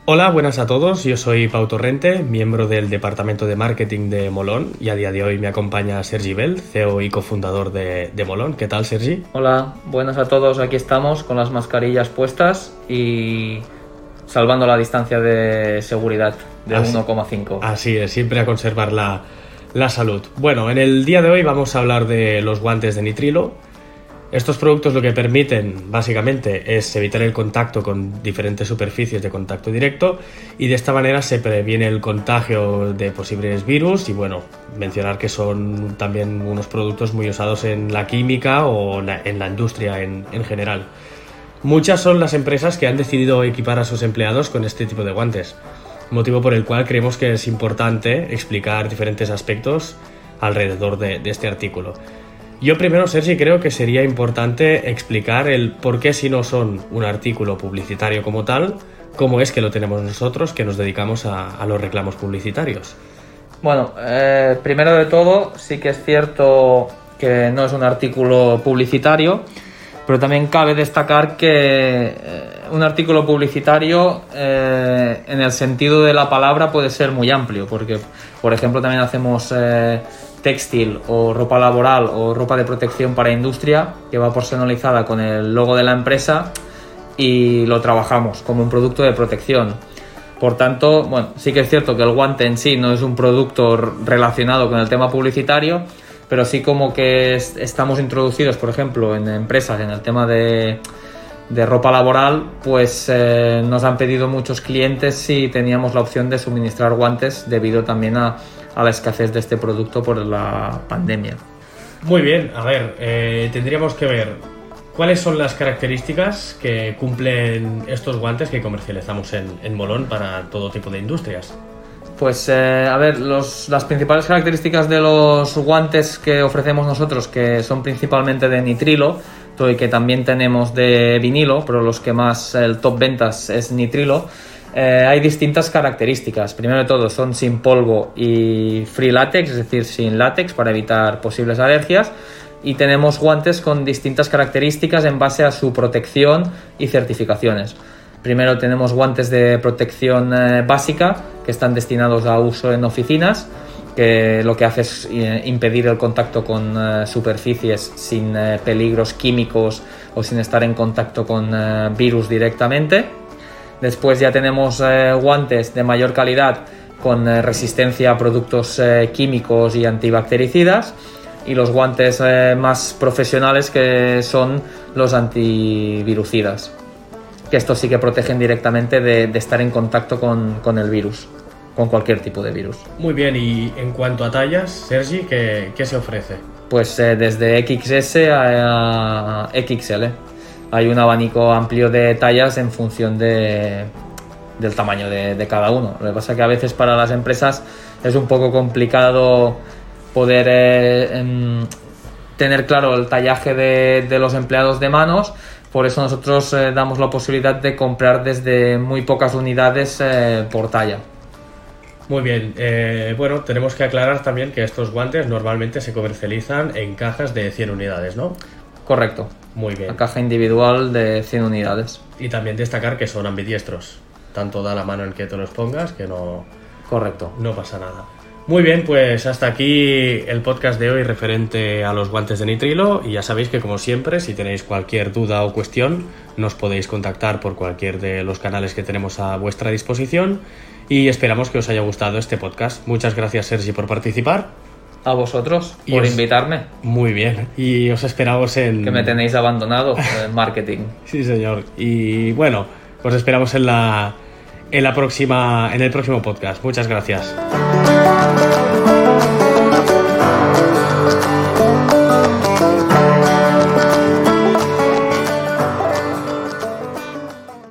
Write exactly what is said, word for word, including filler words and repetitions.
Hola, buenas a todos. Yo soy Pau Torrente, miembro del Departamento de Marketing de Molon, y a día de hoy me acompaña Sergi Bell, C E O y cofundador de, de Molon. ¿Qué tal, Sergi? Hola, buenas a todos. Aquí estamos con las mascarillas puestas y salvando la distancia de seguridad de Así, uno coma cinco. Así es, siempre a conservar la, la salud. Bueno, en el día de hoy vamos a hablar de los guantes de nitrilo. Estos productos lo que permiten básicamente es evitar el contacto con diferentes superficies de contacto directo, y de esta manera se previene el contagio de posibles virus. Y bueno, mencionar que son también unos productos muy usados en la química o en la industria en, en general. Muchas son las empresas que han decidido equipar a sus empleados con este tipo de guantes, motivo por el cual creemos que es importante explicar diferentes aspectos alrededor de, de este artículo. Yo primero, Sergi, creo que sería importante explicar el por qué, si no son un artículo publicitario como tal, cómo es que lo tenemos nosotros, que nos dedicamos a, a los reclamos publicitarios. Bueno, eh, primero de todo, sí que es cierto que no es un artículo publicitario, pero también cabe destacar que eh, un artículo publicitario eh, en el sentido de la palabra puede ser muy amplio, porque, por ejemplo, también hacemos Eh, textil o ropa laboral o ropa de protección para industria que va personalizada con el logo de la empresa y lo trabajamos como un producto de protección. Por tanto, bueno, sí que es cierto que el guante en sí no es un producto relacionado con el tema publicitario, pero sí como que es, estamos introducidos, por ejemplo, en empresas en el tema de, de ropa laboral, pues eh, nos han pedido muchos clientes si teníamos la opción de suministrar guantes debido también a a la escasez de este producto por la pandemia. Muy bien, a ver, eh, tendríamos que ver cuáles son las características que cumplen estos guantes que comercializamos en, en Molon para todo tipo de industrias. Pues eh, a ver, los, las principales características de los guantes que ofrecemos nosotros, que son principalmente de nitrilo, y que también tenemos de vinilo, pero los que más, el top ventas es nitrilo. Eh, hay distintas características. Primero de todo, son sin polvo y free látex, es decir, sin látex para evitar posibles alergias. Y tenemos guantes con distintas características en base a su protección y certificaciones. Primero tenemos guantes de protección eh, básica, que están destinados a uso en oficinas, que lo que hace es eh, impedir el contacto con eh, superficies sin eh, peligros químicos o sin estar en contacto con eh, virus directamente. Después ya tenemos eh, guantes de mayor calidad con eh, resistencia a productos eh, químicos y antibactericidas, y los guantes eh, más profesionales, que son los antivirucidas, que estos sí que protegen directamente de, de estar en contacto con, con el virus, con cualquier tipo de virus. Muy bien, y en cuanto a tallas, Sergi, ¿qué, qué se ofrece? Pues eh, desde equis ese a, a equis ele. Hay un abanico amplio de tallas en función de, del tamaño de, de cada uno. Lo que pasa es que a veces para las empresas es un poco complicado poder eh, en, tener claro el tallaje de, de los empleados de manos. Por eso nosotros eh, damos la posibilidad de comprar desde muy pocas unidades eh, por talla. Muy bien, eh, bueno, tenemos que aclarar también que estos guantes normalmente se comercializan en cajas de cien unidades, ¿no? Correcto. Muy bien. La caja individual de cien unidades. Y también destacar que son ambidiestros. Tanto da la mano en que te los pongas que no... Correcto. No pasa nada. Muy bien, pues hasta aquí el podcast de hoy referente a los guantes de nitrilo. Y ya sabéis que, como siempre, si tenéis cualquier duda o cuestión, nos podéis contactar por cualquier de los canales que tenemos a vuestra disposición. Y esperamos que os haya gustado este podcast. Muchas gracias, Sergi, por participar. A vosotros Y por os... invitarme. Muy bien. Y os esperamos en... Que me tenéis abandonado en marketing. Sí, señor. Y bueno, os esperamos en la, en la próxima, en el próximo podcast. Muchas gracias.